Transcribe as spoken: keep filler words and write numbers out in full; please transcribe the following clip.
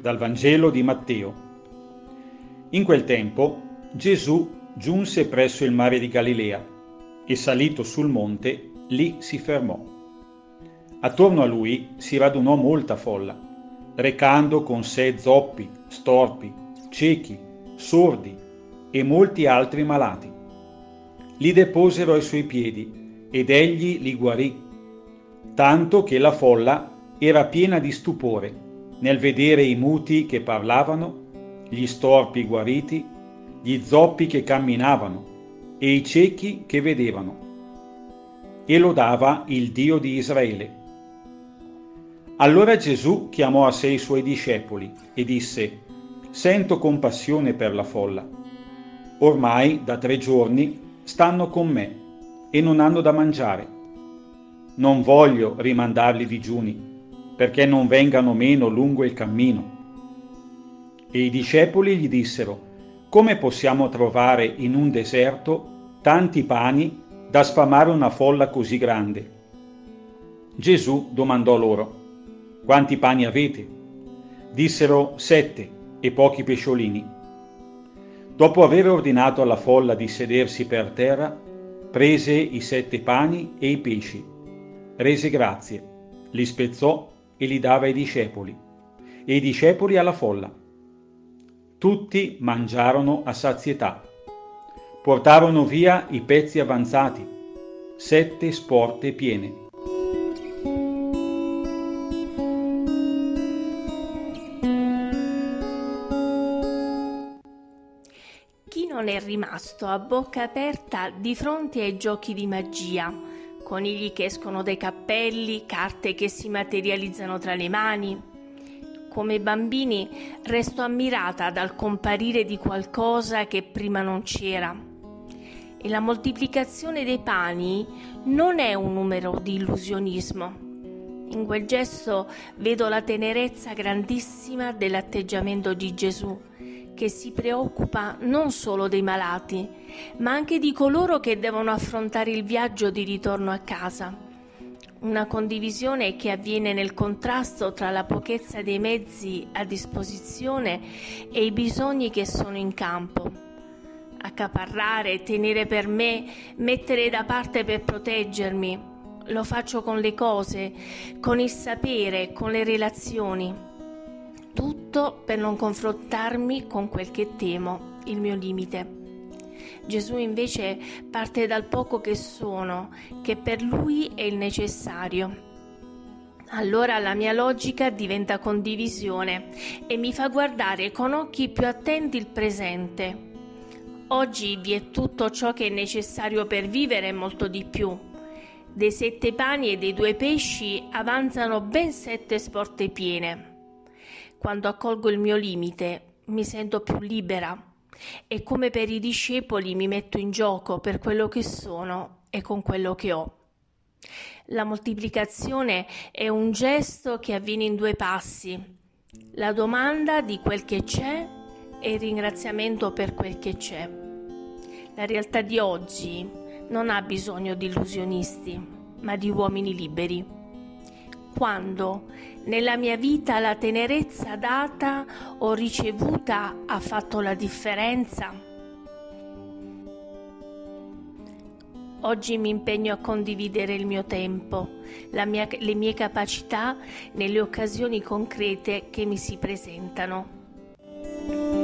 Dal Vangelo di Matteo. In quel tempo Gesù giunse presso il mare di Galilea e salito sul monte, lì si fermò. Attorno a lui si radunò molta folla, recando con sé zoppi, storpi, ciechi, sordi e molti altri malati. Li deposero ai suoi piedi ed egli li guarì, tanto che la folla era piena di stupore nel vedere i muti che parlavano, gli storpi guariti, gli zoppi che camminavano e i ciechi che vedevano, e lodava il Dio di Israele. Allora Gesù chiamò a sé i suoi discepoli e disse: «Sento compassione per la folla. Ormai da tre giorni stanno con me e non hanno da mangiare. Non voglio rimandarli digiuni, perché non vengano meno lungo il cammino». E i discepoli gli dissero: «Come possiamo trovare in un deserto tanti pani da sfamare una folla così grande?» Gesù domandò loro: «Quanti pani avete?» Dissero: «Sette e pochi pesciolini». Dopo aver ordinato alla folla di sedersi per terra, prese i sette pani e i pesci, rese grazie, li spezzò e li dava ai discepoli, e i discepoli alla folla. Tutti mangiarono a sazietà. Portarono via i pezzi avanzati, sette sporte piene. Chi non è rimasto a bocca aperta di fronte ai giochi di magia? Conigli che escono dai cappelli, carte che si materializzano tra le mani. Come bambini resto ammirata dal comparire di qualcosa che prima non c'era. E la moltiplicazione dei pani non è un numero di illusionismo. In quel gesto vedo la tenerezza grandissima dell'atteggiamento di Gesù, che si preoccupa non solo dei malati, ma anche di coloro che devono affrontare il viaggio di ritorno a casa. Una condivisione che avviene nel contrasto tra la pochezza dei mezzi a disposizione e i bisogni che sono in campo. Accaparrare, tenere per me, mettere da parte per proteggermi. Lo faccio con le cose, con il sapere, con le relazioni. Tutto per non confrontarmi con quel che temo, il mio limite. Gesù invece parte dal poco che sono, che per lui è il necessario. Allora la mia logica diventa condivisione e mi fa guardare con occhi più attenti il presente. Oggi vi è tutto ciò che è necessario per vivere e molto di più. Dei sette pani e dei due pesci avanzano ben sette sporte piene. Quando accolgo il mio limite, mi sento più libera e come per i discepoli mi metto in gioco per quello che sono e con quello che ho. La moltiplicazione è un gesto che avviene in due passi: la domanda di quel che c'è e il ringraziamento per quel che c'è. La realtà di oggi non ha bisogno di illusionisti, ma di uomini liberi. Quando nella mia vita la tenerezza data o ricevuta ha fatto la differenza? Oggi mi impegno a condividere il mio tempo, la mia, le mie capacità nelle occasioni concrete che mi si presentano.